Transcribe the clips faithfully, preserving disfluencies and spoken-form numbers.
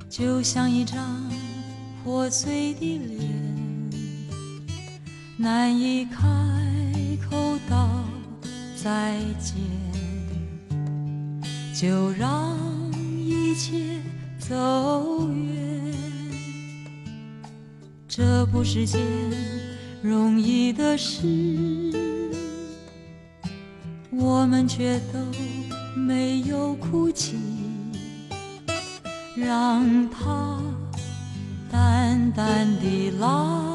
就像一张破碎的脸，难以开口道再见，就让一切走远。这不是件容易的事，我们却都没有哭泣，让它淡淡地来，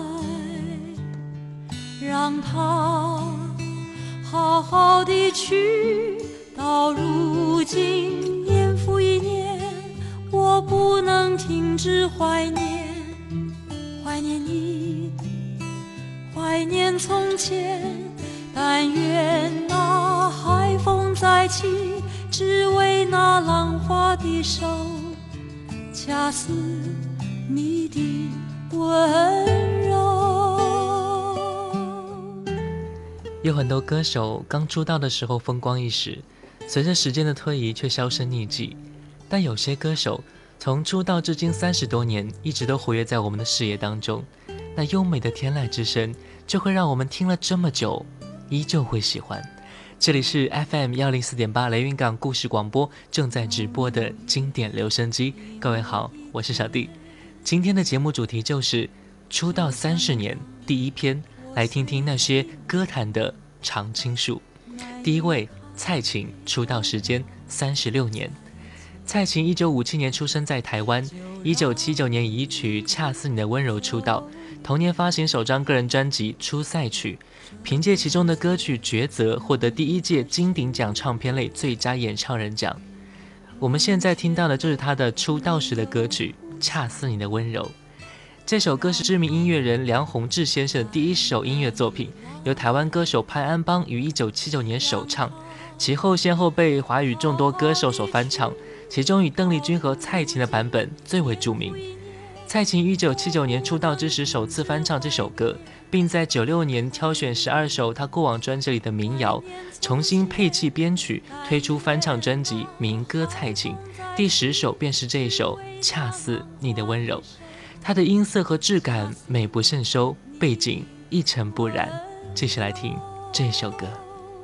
让它好好地去。到如今年复一年，我不能停止怀念，怀念你，怀念从前。但愿那海风再起，只为那浪花的手掐死你的温柔。 有很多歌手刚出道的时候风光一时，随着时间的推移却销声匿迹，但有些歌手从出道至今三十多年，一直都活跃在我们的视野当中，那优美的天籁之声就会让我们听了这么久依旧会喜欢。这里是 F M 一零四点八 雷云港故事广播正在直播的经典留声机。各位好，我是小弟。今天的节目主题就是出道三十年第一篇，来听听那些歌坛的常青树。第一位，蔡琴，出道时间三十六年。蔡琴一九五七年出生在台湾，一九七九年以一曲《恰似你的温柔》出道，同年发行首张个人专辑《出塞曲》，凭借其中的歌曲《抉择》获得第一届金鼎奖唱片类最佳演唱人奖。我们现在听到的就是她的出道时的歌曲《恰似你的温柔》。这首歌是知名音乐人梁鸿志先生的第一首音乐作品，由台湾歌手潘安邦于一九七九年首唱，其后先后被华语众多歌手所翻唱，其中以邓丽君和蔡琴的版本最为著名。蔡琴于一九七九年出道之时首次翻唱这首歌，并在九六年挑选十二首她过往专辑里的民谣，重新配器编曲，推出翻唱专辑《民歌蔡琴》，第十首便是这一首《恰似你的温柔》。它的音色和质感美不胜收，背景一尘不染。继续来听这首歌。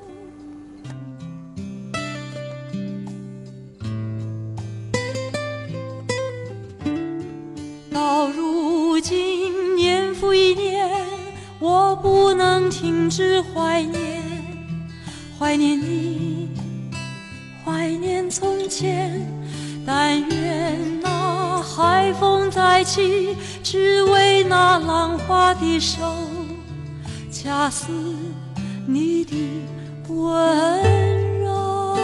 到如今年复一年，我不能停止怀念，怀念你，怀念从前。但愿那海风再起，只为那浪花的手掐死你的温柔。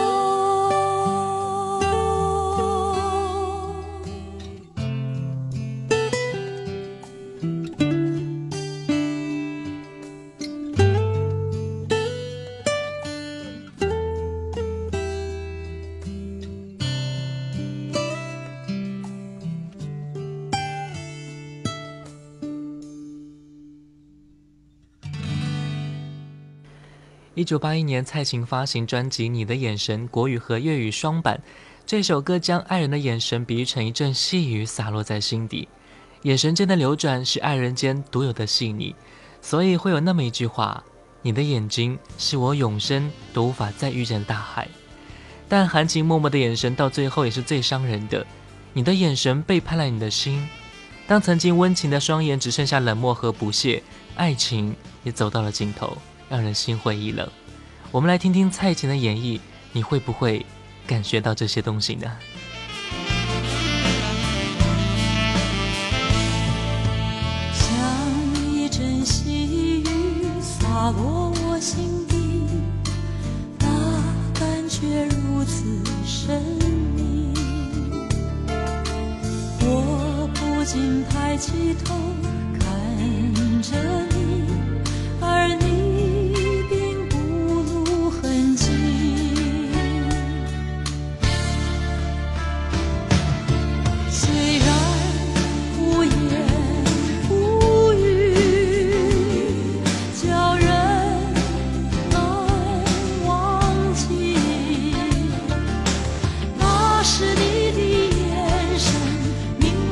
一九八一年，蔡琴发行专辑《你的眼神》国语和粤语双版。这首歌将爱人的眼神比喻成一阵细雨洒落在心底，眼神间的流转是爱人间独有的细腻，所以会有那么一句话：你的眼睛是我永生都无法再遇见的大海。但含情脉脉的眼神到最后也是最伤人的，你的眼神背叛了你的心。当曾经温情的双眼只剩下冷漠和不屑，爱情也走到了尽头，让人心灰意冷。我们来听听蔡琴的演绎，你会不会感觉到这些东西呢？ 像一阵细雨洒落我心底，那感觉如此神秘，我不禁抬起头看着你，而你并不露痕迹。虽然无言无语，叫人难忘记，那是你的眼神明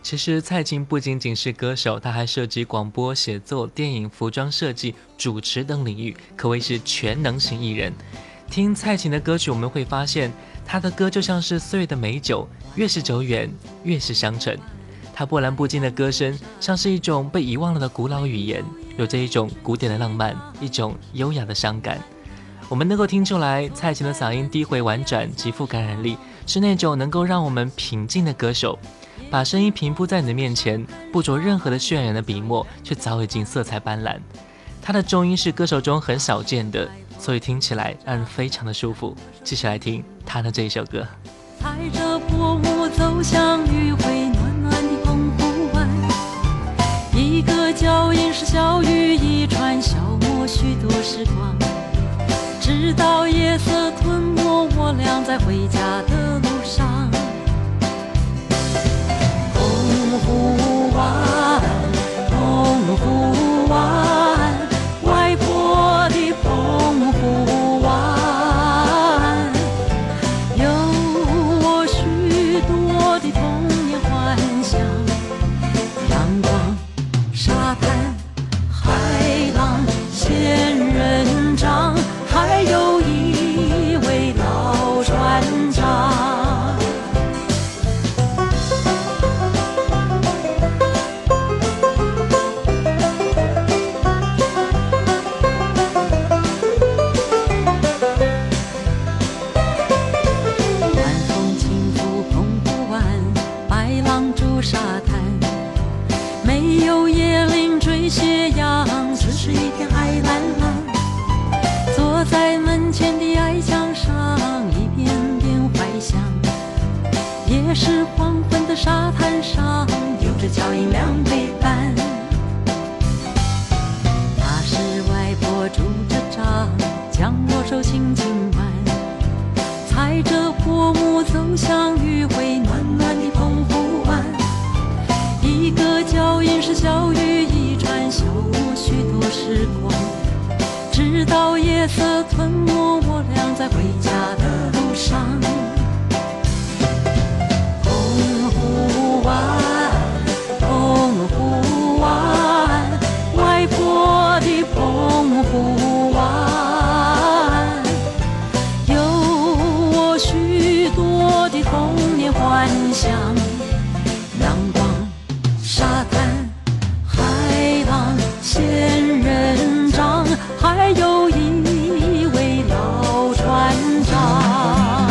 其实蔡琴不仅仅是歌手，她还涉及广播、写作、电影、服装设计、主持等领域，可谓是全能型艺人。听蔡琴的歌曲，我们会发现她的歌就像是岁月的美酒，越是久远，越是香醇。她波澜不惊的歌声，像是一种被遗忘了的古老语言，有着一种古典的浪漫，一种优雅的伤感。我们能够听出来，蔡琴的嗓音低回婉转，极富感染力，是那种能够让我们平静的歌手。把声音平铺在你的面前，不着任何的渲染的笔墨，却早已经色彩斑斓。他的重音是歌手中很少见的，所以听起来让人非常的舒服。继续来听他的这一首歌。 踩着薄暮走向余晖暖暖的澎湖湾，一个脚印是小雨一串，消磨许多时光，直到夜色吞没我俩在回家的路上。澎湖湾，澎湖湾，外婆的澎湖湾，有我许多的童年幻想。阳光、沙滩、海浪、仙人掌，还有一位老船长。斜阳，只是一片海蓝蓝。坐在门前的矮墙上，一遍遍怀想。也是黄昏的沙滩上，有着脚印两陪伴。那时外婆拄着杖，将我手轻轻挽，踩着薄暮走向余晖暖暖的澎湖湾。一个脚印是小雨一串，消磨许多时光，直到夜色吞没我俩在回家的路上。澎湖湾，澎湖湾，外婆的澎湖湾，有我许多的童年幻想。阳光、沙滩、海浪、仙人掌，还有一位老船长。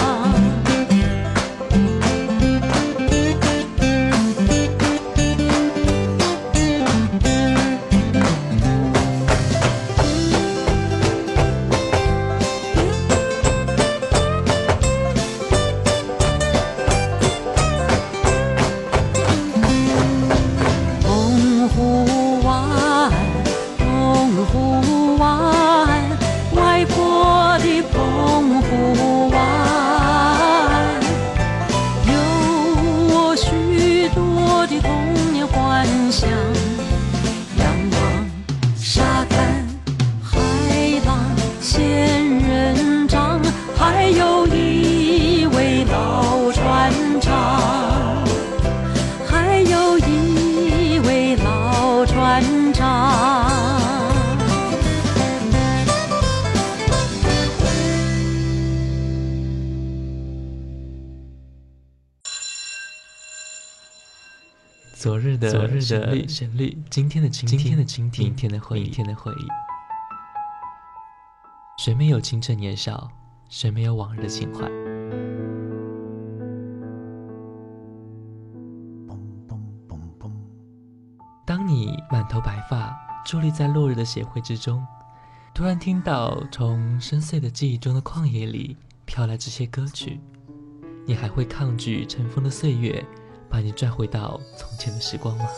澎湖湾，澎湖湾，外婆的澎湖湾，有我许多的童年幻想。阳光、沙滩、海浪、仙人掌，还有一位老船长，还有一位老船长。 昨日的昨日的旋律，今天的今天，今天的今天，明天的回忆，明天的回忆。谁没有青春年少？谁没有往日的情怀？当你满头白发，伫立在落日的协会之中，突然听到从深邃的记忆中的旷野里飘来这些歌曲，你还会抗拒尘封的岁月把你拽回到从前的时光吗？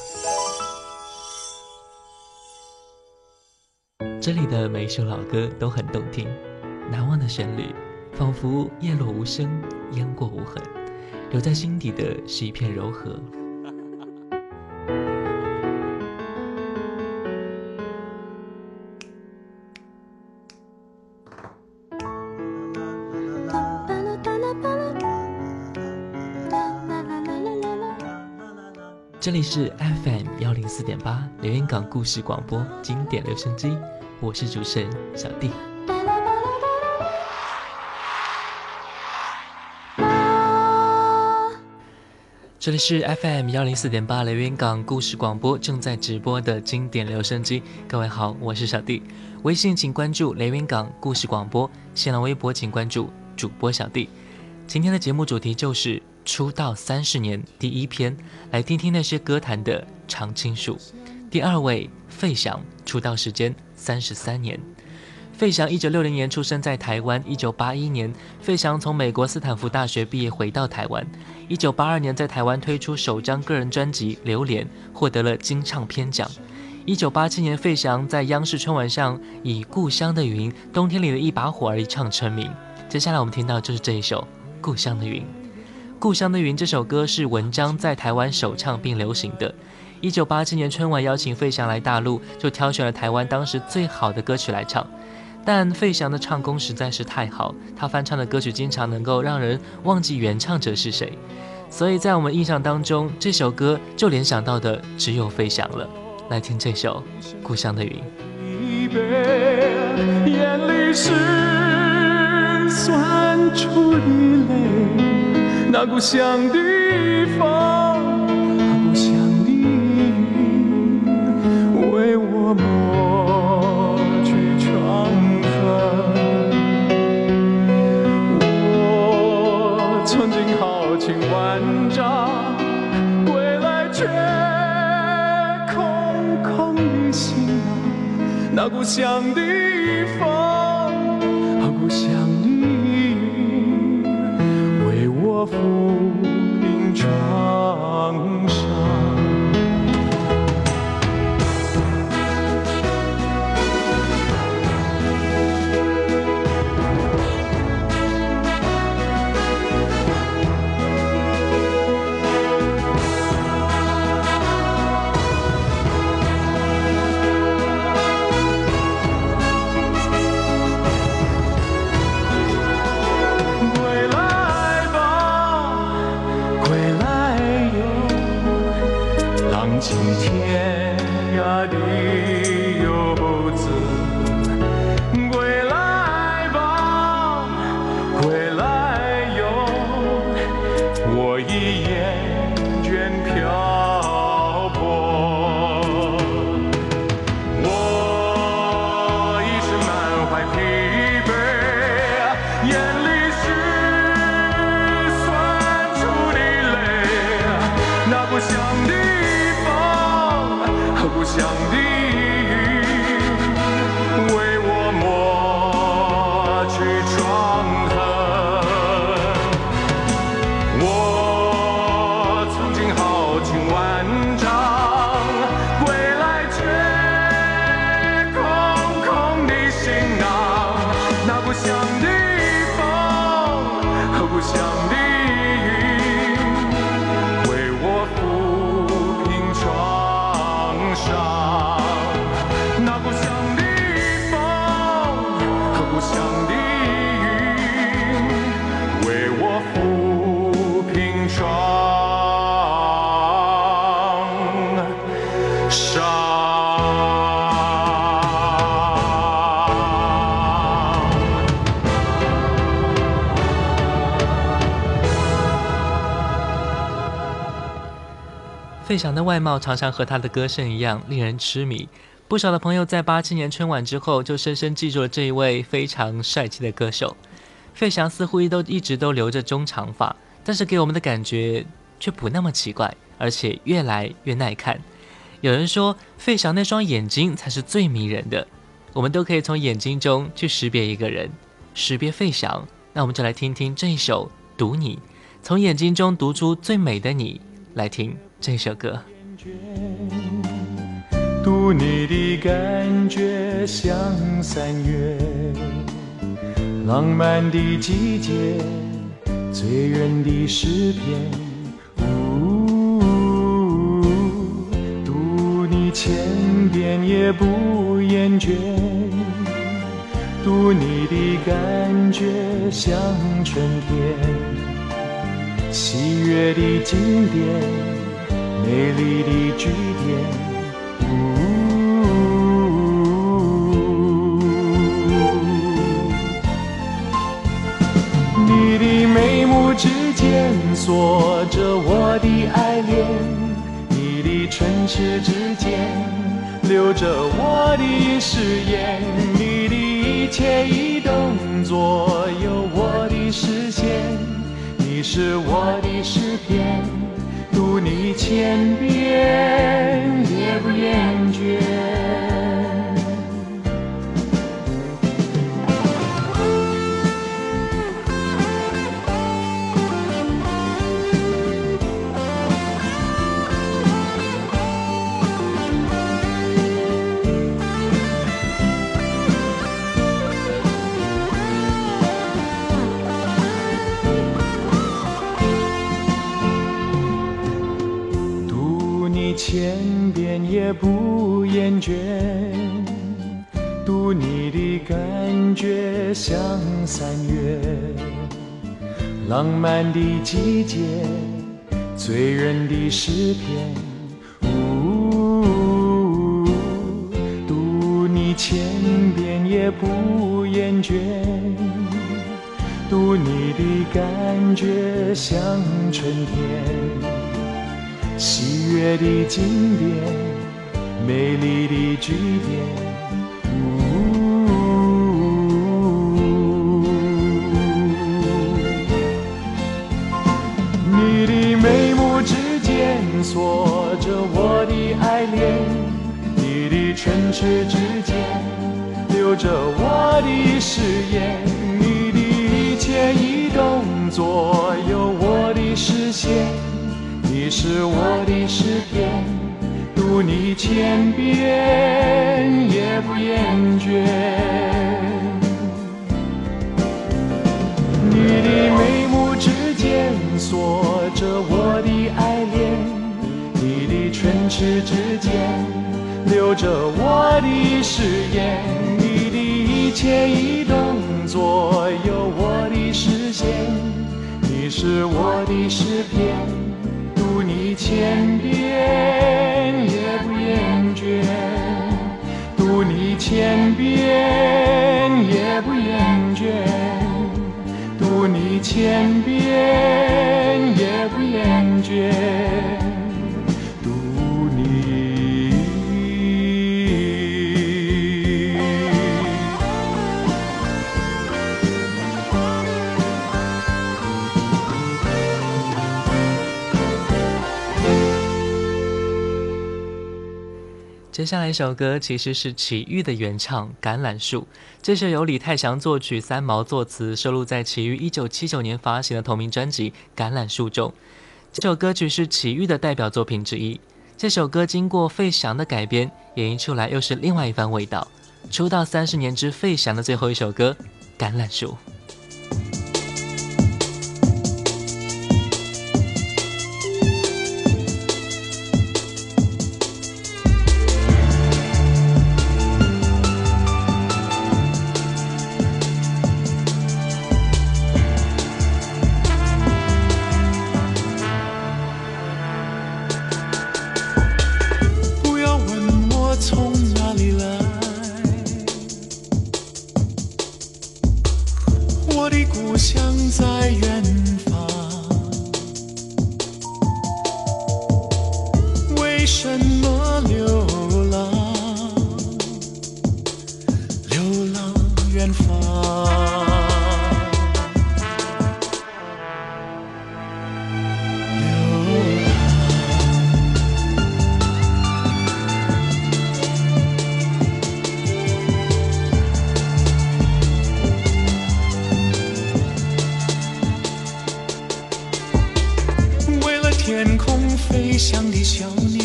这里的每一首老歌都很动听，难忘的旋律，仿佛叶落无声，烟过无痕，留在心底的是一片柔和。 这里是 F M 一零四点八连云港故事广播经典留声机，我是主持人小弟。这里是 F M 一零四点八连云港故事广播正在直播的经典留声机，各位好，我是小弟。微信请关注连云港故事广播，新浪微博请关注主播小弟。今天的节目主题就是出道三十年第一篇，来听听那些歌坛的常青树。第二位，费翔，出道时间三十三年。费翔一九六零年出生在台湾，一九八一年，费翔从美国斯坦福大学毕业回到台湾。一九八二年在台湾推出首张个人专辑《榴莲》，获得了金唱片奖。一九八七年，费翔在央视春晚上以《故乡的云》《冬天里的一把火》而一唱成名。接下来我们听到就是这一首《故乡的云》。《故乡的云》这首歌是文章在台湾首唱并流行的。一九八七年春晚邀请费翔来大陆，就挑选了台湾当时最好的歌曲来唱。但费翔的唱功实在是太好，他翻唱的歌曲经常能够让人忘记原唱者是谁，所以在我们印象当中，这首歌就联想到的只有费翔了。来听这首《故乡的云》。 眼里是酸楚的泪，那故乡的风，那故乡的云，为我抹去创痕。我曾经豪情万丈，归来却空空的行囊。那故乡的风，那故乡的云，为我抚平创伤。今天涯的游子，归来吧，归来哟！我已厌倦漂泊，我已是满怀疲惫，眼里是酸楚的泪，那故乡的故乡的云，为我抹去创痕。我曾经豪情万丈，归来却空空的行囊。那故乡的风和故乡的云，为我抚平创那故乡的风和故乡的云，为我抚平创伤。 费翔的外貌常常和他的歌声一样令人痴迷，不少的朋友在八七年春晚之后就深深记住了这一位非常帅气的歌手。费翔似乎都一直都留着中长发，但是给我们的感觉却不那么奇怪，而且越来越耐看。有人说费翔那双眼睛才是最迷人的，我们都可以从眼睛中去识别一个人，识别费翔。那我们就来听听这一首《读你》，从眼睛中读出最美的你。来听这首歌。 读你的感觉像三月，浪漫的季节，醉人的诗篇。呜，读你千遍也不厌倦，读你的感觉像春天，七月的经典， 美丽的句点。你的眉目之间锁着我的爱恋，你的唇齿之间留着我的誓言，你的一切一动作有我的视线，你是我的诗篇，读你千遍也不厌倦。千遍也不厌倦，读你的感觉像三月，浪漫的季节，醉人的诗篇。呜，读你千遍也不厌倦，读你的感觉像春天。喜悦的经典，美丽的句点。你的眉目之间锁着我的爱恋，你的唇齿之间留着我的誓言，你的一切一动作有我的视线，你是我的诗篇，读你千遍也不厌倦。你的眉目之间锁着我的爱恋，你的唇齿之间留着我的誓言，你的一切一动作有我的视线，你是我的诗篇，读你千遍也不厌倦，读你千遍也不厌倦，读你千遍也不厌倦，读你。 接下来一首歌其实是齐豫的原唱《橄榄树》，这首由李泰祥作曲、三毛作词，收录在齐豫一九七九年发行的同名专辑《橄榄树》中。这首歌曲是齐豫的代表作品之一。这首歌经过费翔的改编，演绎出来又是另外一番味道。出道三十年之费翔的最后一首歌《橄榄树》。 天空飞翔的小鸟，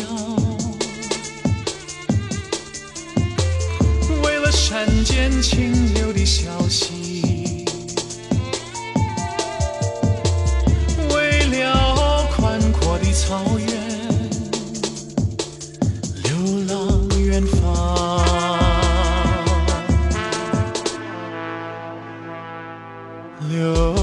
为了山间清流的小溪，为了宽阔的草原，流浪远方，流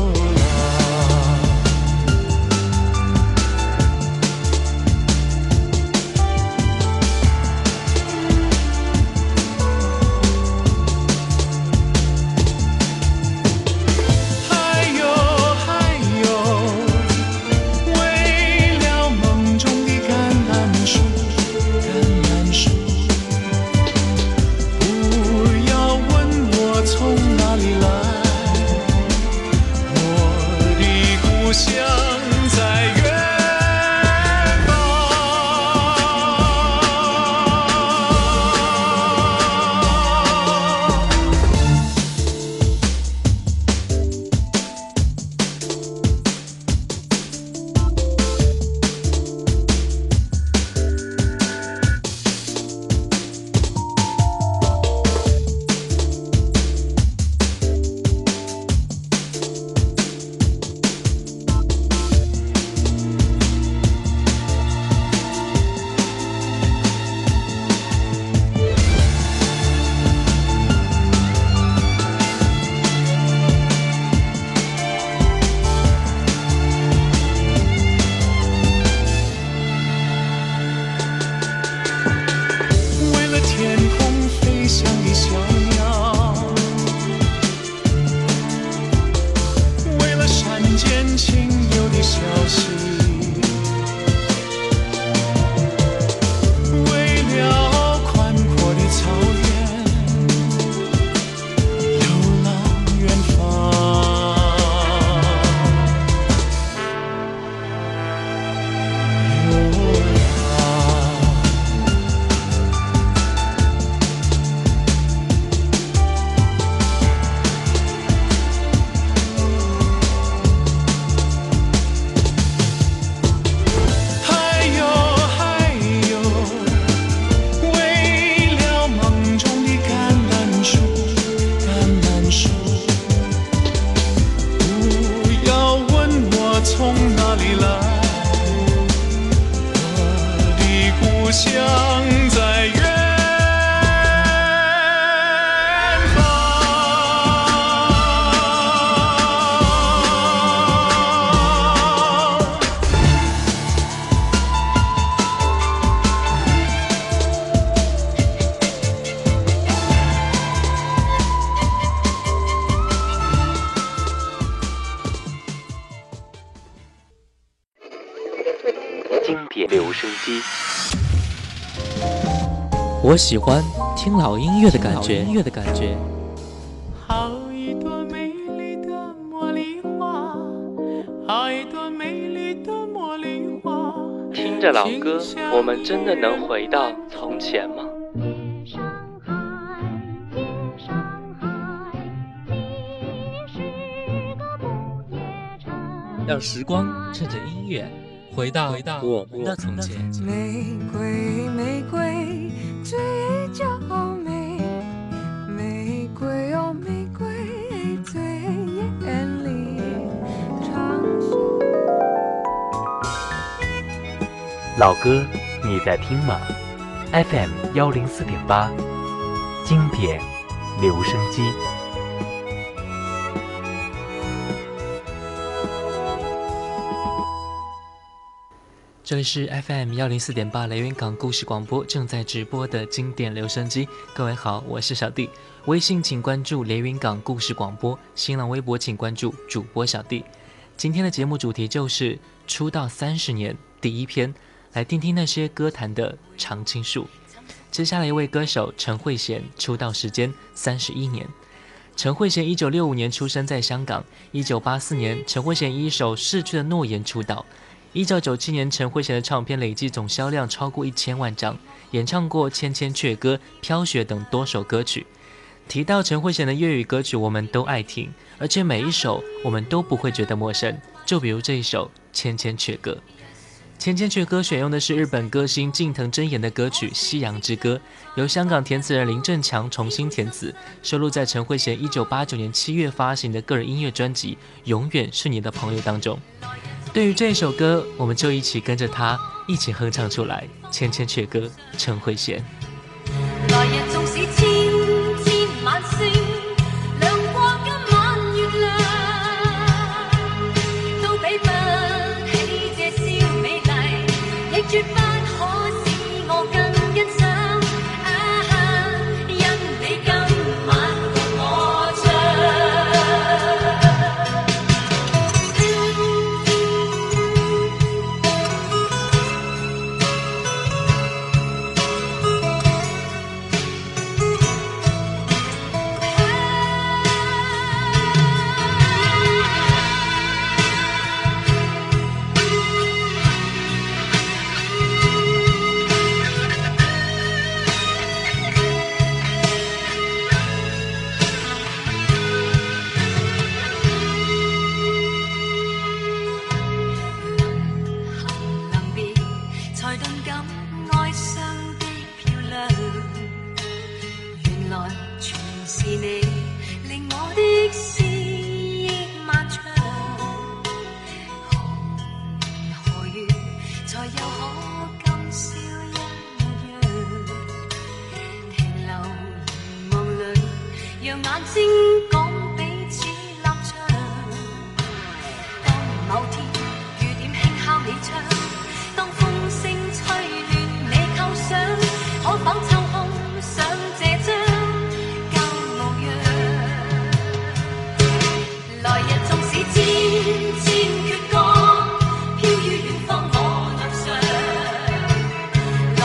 我喜欢听老音乐的感觉。音乐的感觉。 好一朵美丽的茉莉花，好一朵美丽的茉莉花。 听着老歌，我们真的能回到从前吗？让时光趁着音乐回到回到我们的从前。 玫瑰玫瑰最娇美，玫瑰哦玫瑰最艳丽。 老歌你在听吗？ F M 幺零四点八，经典留声机。 这里是 F M 幺零四点八雷云港故事广播正在直播的经典留声机。各位好，我是小弟。微信请关注雷云港故事广播，新浪微博请关注主播小弟。今天的节目主题就是出道三十年第一篇，来听听那些歌坛的常青树。接下来一位歌手陈慧娴，出道时间三十一年。陈慧娴一九六五年出生在香港，一九八四年陈慧娴以一首《逝去的诺言》出道。一九九七年，陈慧娴的唱片累计总销量超过一千万张，演唱过《千千阙歌》《飘雪》等多首歌曲。提到陈慧娴的粤语歌曲，我们都爱听，而且每一首我们都不会觉得陌生。就比如这一首《千千阙歌》。《千千阙歌》选用的是日本歌星近藤真彦的歌曲《夕阳之歌》，由香港填词人林振强重新填词，收录在陈慧娴一九八九年七月发行的个人音乐专辑《永远是你的朋友》当中。对于这首歌，我们就一起跟着他一起哼唱出来。《千千阙歌》，陈慧娴。 来日纵使千千晚星，亮過今晚月亮，都比不起這宵美麗，亦絕不可使我更欣賞。啊，因你今晚共我唱。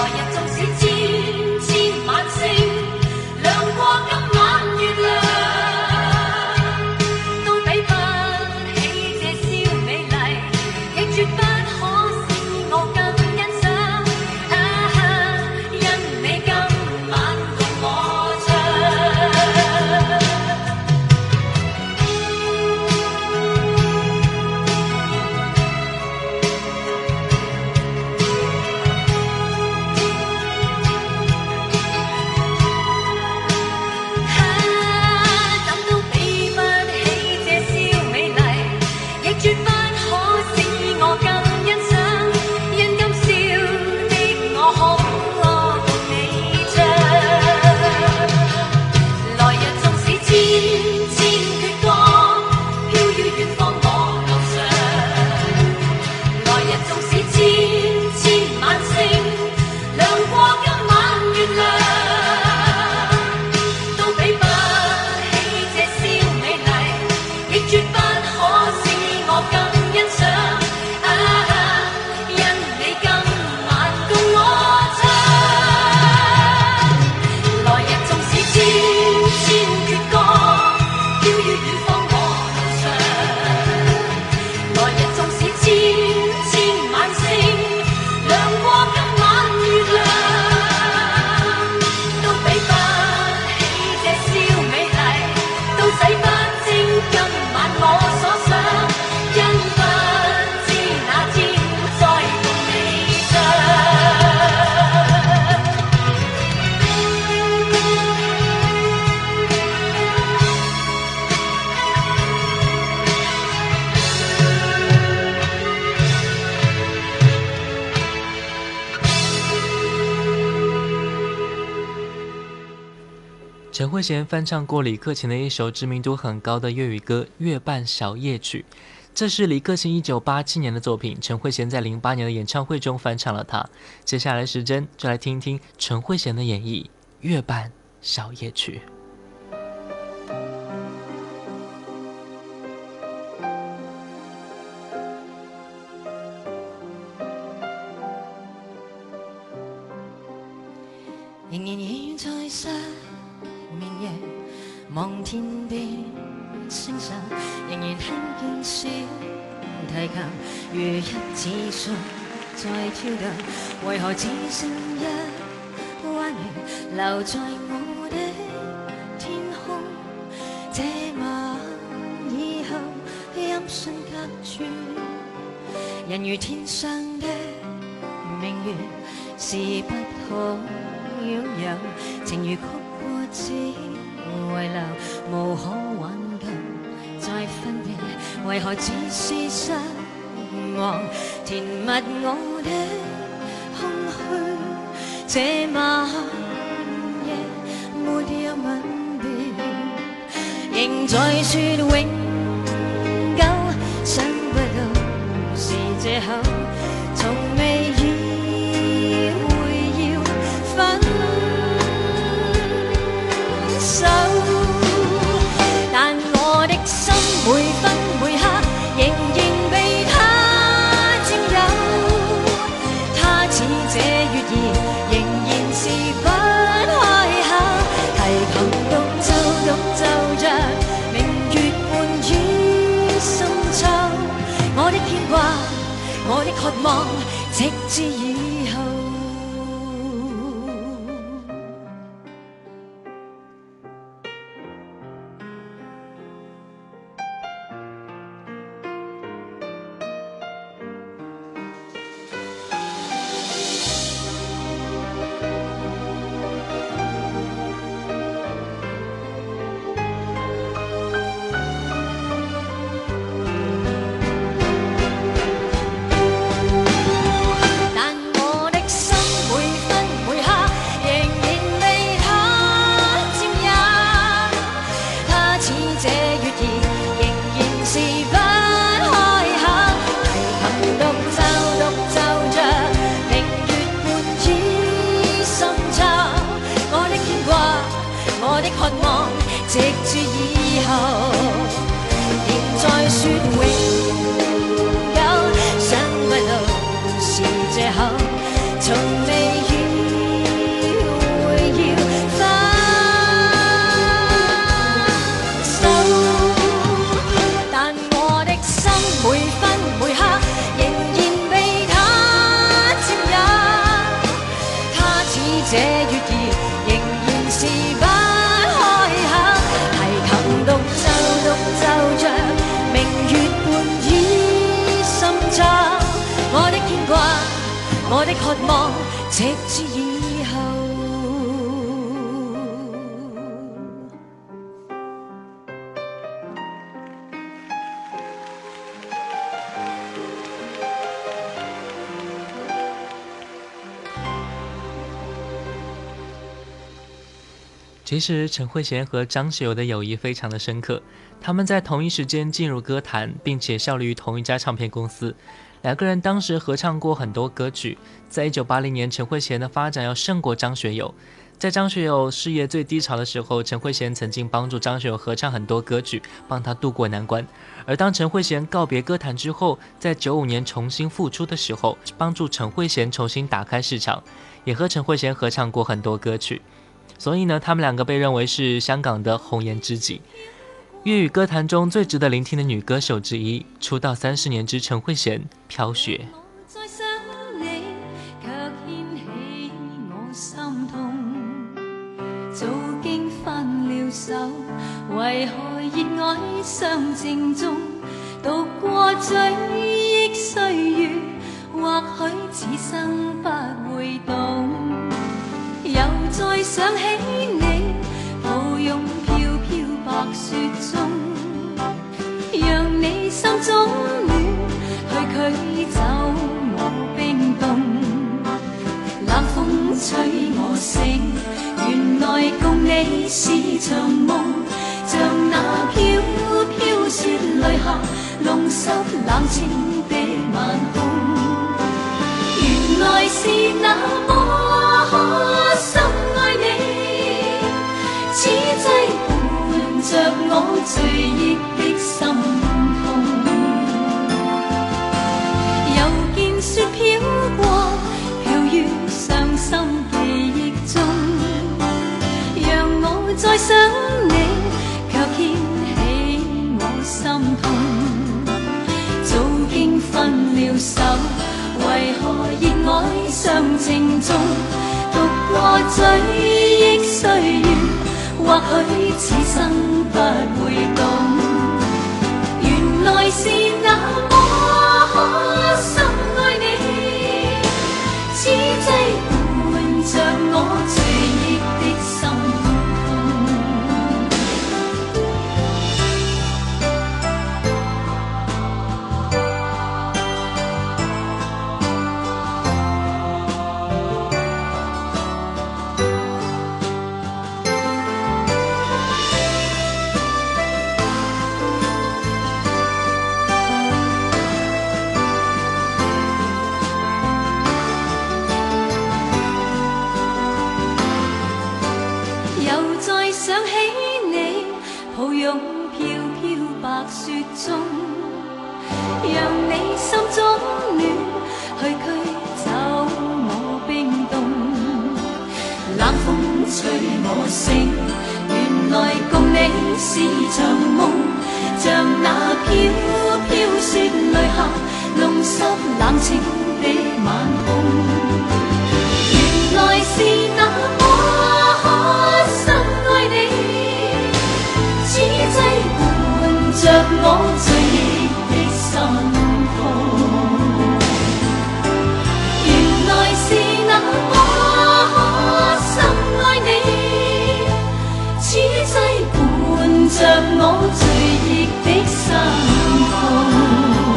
亮過今晚月亮。 千千阙歌，飄於遠方我路上。來日縱使千千晚星，亮過今晚月亮，都比不起這宵美麗，都洗不清今晚我所想，因不知哪天再共你唱。 陈慧娴翻唱过李克勤的一首知名度很高的粤语歌《月半小夜曲》，这是李克勤一九八七年的作品，陈慧娴在零八年的演唱会中翻唱了它。接下来时间就来听听陈慧娴的演绎《月半小夜曲》。 仍然倚在失眠夜，望天邊星辰，仍然聽見小提琴如一指數在跳動，為何只剩一彎月留在我的天空？這晚以後音訊隔絕，人如天上的明月，是不可擁有，情如曲過只遺留，無可挽救再分別，為何只是失望填密我的空虛？這晚夜沒有吻別，仍在說永久，想不到是藉口，從未意會要分手，但我的心每分每刻仍然被他佔有，他似這月兒仍然是不開口，提琴獨奏獨奏着明月半於深秋，我的牽掛我的渴望直至以後。我的渴望直至以後。 其实陈慧娴和张学友的友谊非常的深刻，他们在同一时间进入歌坛，并且效力于同一家唱片公司。两个人当时合唱过很多歌曲，在一九八零年陈慧娴的发展要胜过张学友。在张学友事业最低潮的时候，陈慧娴曾经帮助张学友合唱很多歌曲，帮他渡过难关。而当陈慧娴告别歌坛之后，在九五年重新复出的时候，帮助陈慧娴重新打开市场，也和陈慧娴合唱过很多歌曲。 所以呢，他们两个被认为是香港的红颜知己。粤语歌坛中最值得聆听的女歌手之一，出道三十年之陈慧娴，飘雪。 再想你，卻牽起我心痛。早經分了手，為何熱愛相正中？渡過追憶歲月，或許此生不會懂。又再想起你，抱擁飄飄白雪中，讓你心中暖，去驅走我冰凍。冷風吹我醒，原來共你是場夢，像那飄飄雪淚下弄濕冷清的晚空。原來是那麼深愛你，此際伴着我醉憶的心痛。又見雪飄過，飄於傷心記憶中，讓我再想你，卻牽起我心痛。早經分了手，為何熱愛相情中？渡過追憶歲月，或許此生不會懂。原來是那麼深愛你，此際伴着我醉憶的心中，讓你心中暖，去驅走我冰凍。冷風吹我醒，原來共你是場夢，像那飄飄雪淚下弄濕冷清的晚空。原來是那麼深愛你，此際伴着我醉憶的心痛。原來是那麼深愛你，此際伴着我醉憶的心痛。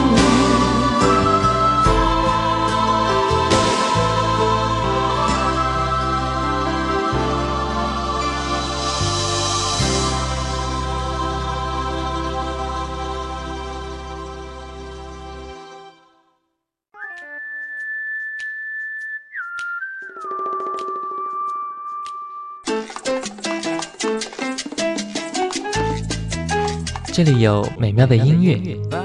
这里有美妙的音乐，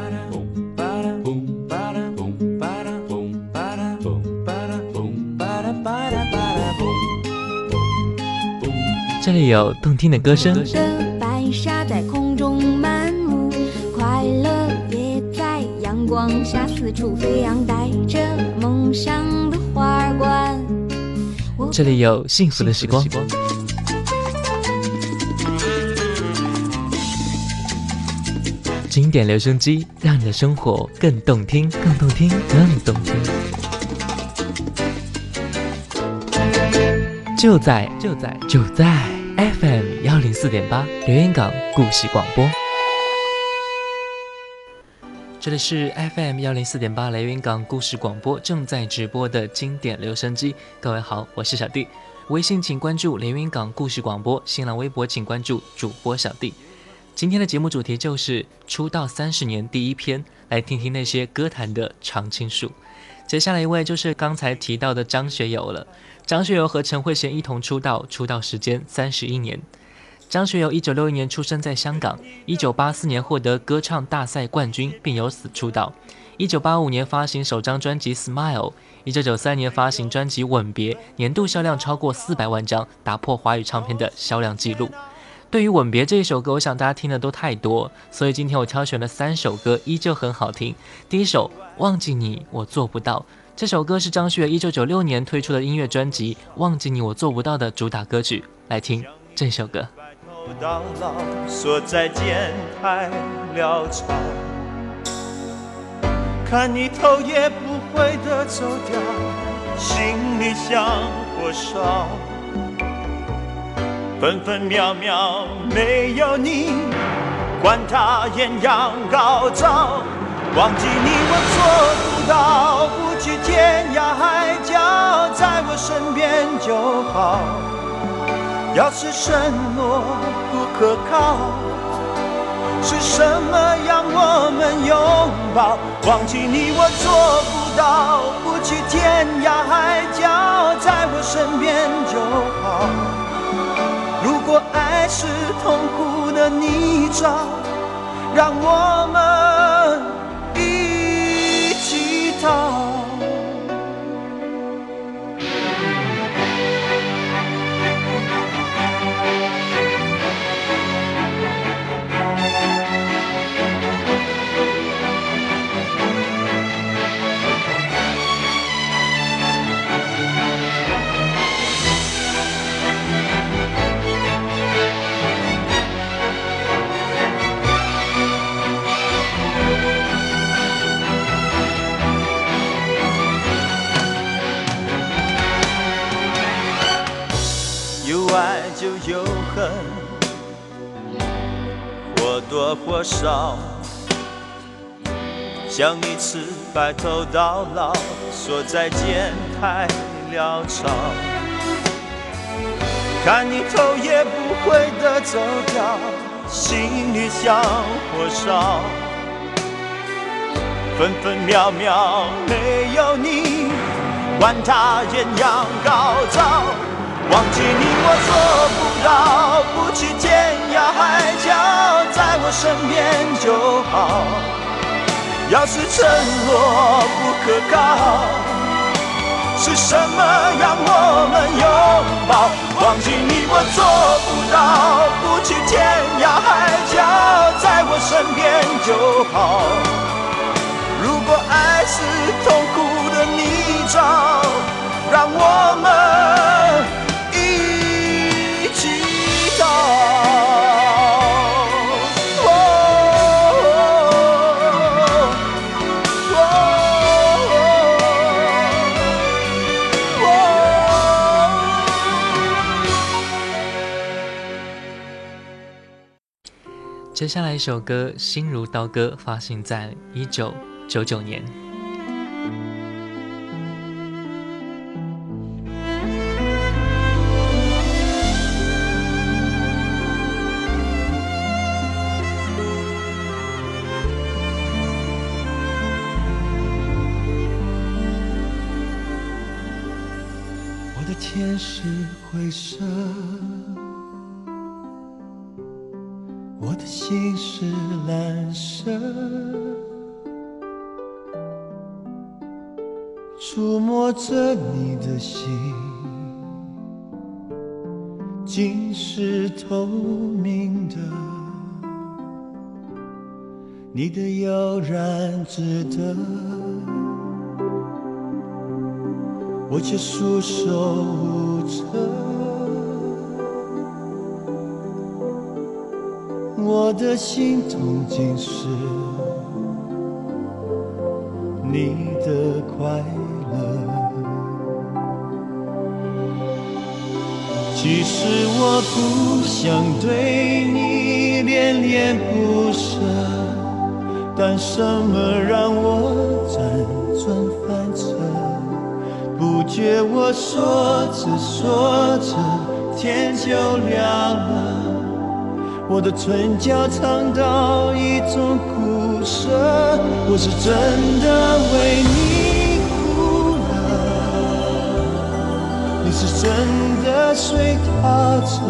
这里有动听的歌声， 白纱在空中漫舞，快乐也在阳光下四处飞扬，带着梦想的花冠。 这里有幸福的时光，经典留声机，让你的生活更动听，更动听，更动听。就在就在就在 F M 幺零四点八连云港故事广播，这里是 F M 幺零四点八连云港故事广播正在直播的经典留声机。各位好，我是小弟，微信请关注连云港故事广播，新浪微博请关注主播小弟。今天的节目主题就是出道三十年第一篇，来听听那些歌坛的常青树。接下来一位就是刚才提到的张学友了。张学友和陈慧娴一同出道，出道时间三十一年。张学友一九六一年出生在香港，一九八四年获得歌唱大赛冠军，并由此出道。 一九八五年发行首张专辑《Smile》，一九九三年发行专辑《吻别》，年度销量超过四百万张，打破华语唱片的销量纪录。对于《吻别》这一首歌，我想大家听的都太多，所以今天我挑选了三首歌，依旧很好听。第一首《忘记你我做不到》，这首歌是张学友一九九六年推出的音乐专辑《忘记你我做不到》的主打歌曲，来听这首歌。 到老，说再见太潦草，看你头也不回地走掉，心里像火烧，分分秒秒没有你，管它艳阳高照，忘记你我做不到，不去天涯海角，在我身边就好。要是承诺不可靠，是什么让我们拥抱？忘记你我做不到，不去天涯海角，在我身边就好。如果爱是痛苦的泥沼，让我们一起逃。有爱就有恨，或多或少，像一次白头到老，说再见太潦草，看你头也不回地走掉，心里像火烧，分分秒秒没有你，管它艳阳高照，忘记你我做不到，不去天涯海角，在我身边就好。要是承诺不可靠，是什么让我们拥抱？忘记你我做不到，不去天涯海角，在我身边就好。如果爱是痛苦的泥沼，让我们一起逃。哦哦哦哦。接下来一首歌《心如刀割》，发行在一九九九年。 天是灰色，我的心是蓝色，触摸着你的心，竟是透明的，你的悠然值得，我却束手无策，我的心痛竟是你的快乐。其实我不想对你恋恋不舍，但什么让我辗转反侧？不觉我说着说着天就亮了，我的唇角尝到一种苦涩，我是真的为你哭了，你是真的随他走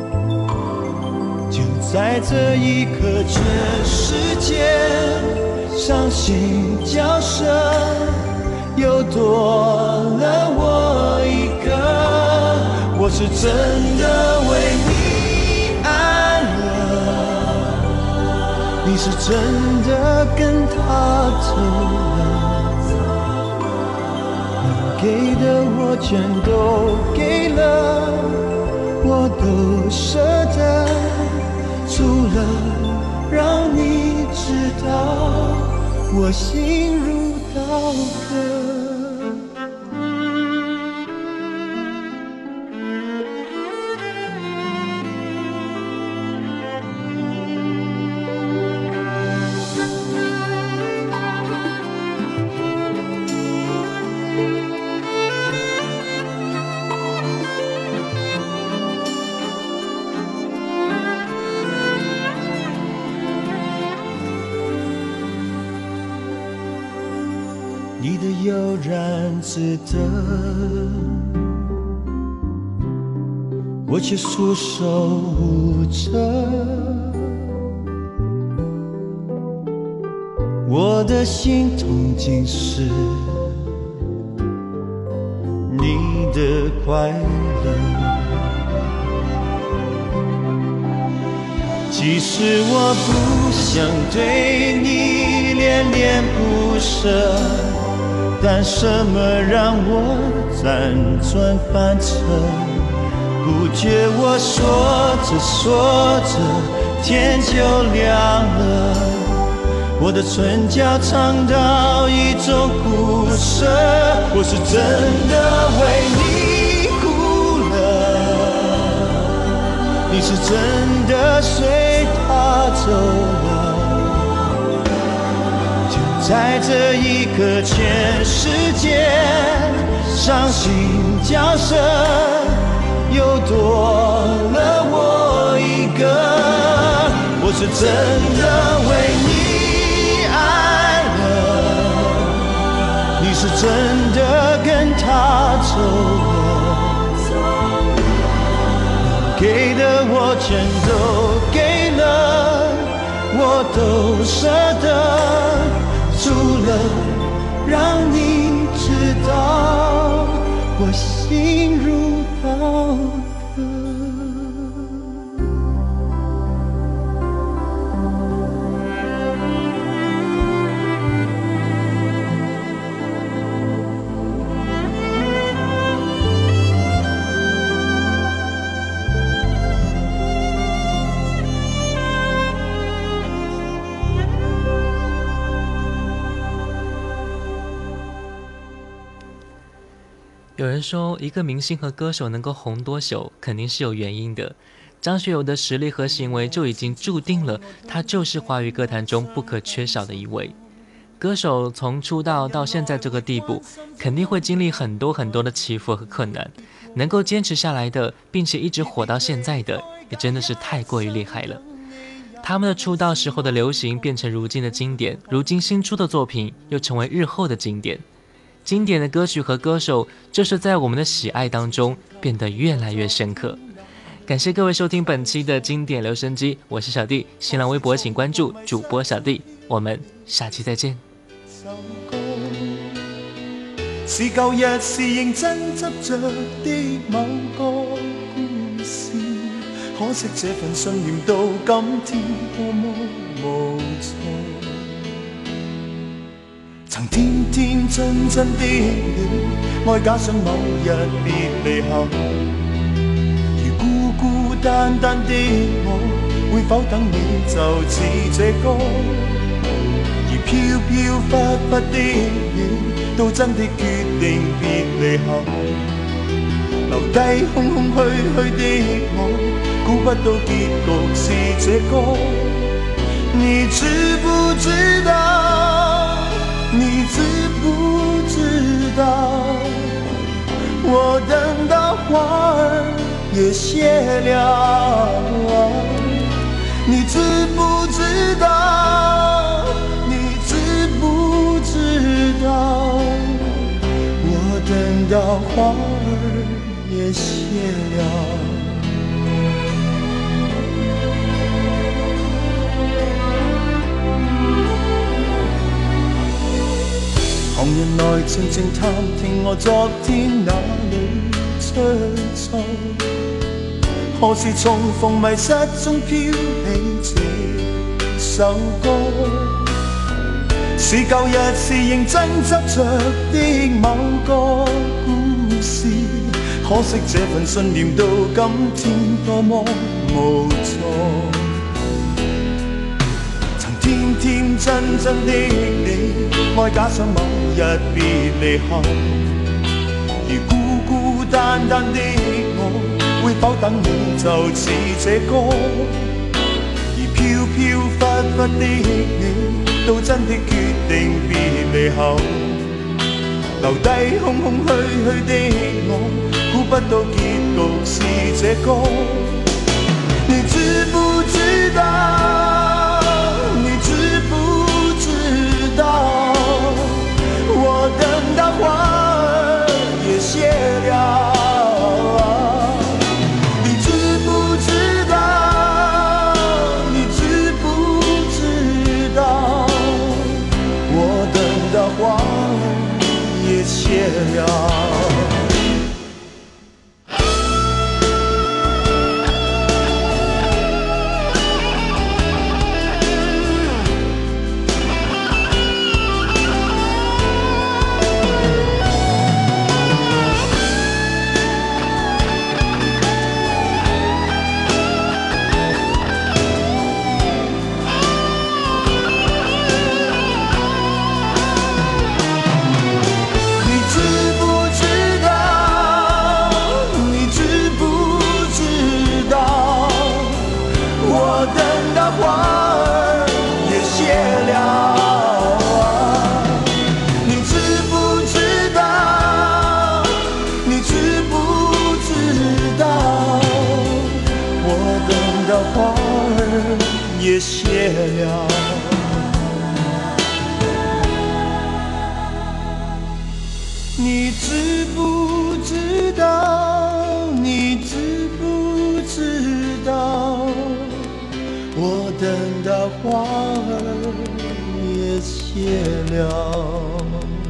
了，就在这一刻，全世界伤心叫声又多了我一个，我是真的为你爱了，你是真的跟他走了，能给的我全都给了，我都舍得，除了让你知道我心如刀割。你的悠然自得，我却束手无策。我的心痛竟是你的快乐，其实我不想对你恋恋不舍，但什么让我辗转反侧？不觉我说着说着天就亮了，我的唇角尝到一种苦涩，我是真的为你哭了，你是真的随他走了，在这一刻全世界伤心叫声又多了我一个，我是真的为你爱了，你是真的跟他走了，给的我全都给了，我都舍得，除了让你知道我心如刀割。 有人说，一个明星和歌手能够红多久，肯定是有原因的。张学友的实力和行为就已经注定了，他就是华语歌坛中不可缺少的一位。歌手从出道到现在这个地步，肯定会经历很多很多的起伏和困难，能够坚持下来的，并且一直火到现在的，也真的是太过于厉害了。他们的出道时候的流行变成如今的经典，如今新出的作品又成为日后的经典。经典的歌曲和歌手，就是在我们的喜爱当中变得越来越深刻。感谢各位收听本期的经典留声机，我是小弟，新浪微博请关注主播小弟，我们下期再见。 是舊日是認真執着的某個故事，可惜這份信念到今天多麼無助。曾天天真真的你，愛假想某日別離後，如孤孤單單的我，會否等你就似這歌？而飄飄忽忽的你，都真的決定別離後，留低空空虛虛的我，估不到結局是這個。你知不知道？你知不知道？我等到花兒也謝了，你知不知道？你知不知道？我等到花兒也謝了。 靜靜探聽我昨天哪裏出錯，何時重逢迷失中飄起這首歌，是舊日是認真執着的某個故事，可惜這份信念到今天多麼無助，曾天天真真的你，愛假想某日別離後，而孤孤單單的我，會否等你就似這歌，而飄飄忽忽的你，到真的決定別離後，留低空空虛虛的我，估不到結局是這個。你知不知道？你知不知道？我等到花兒也謝了。你知不知道？你知不知道？我等到花兒也謝了。也谢了，你知不知道？你知不知道？我等到花儿也谢了。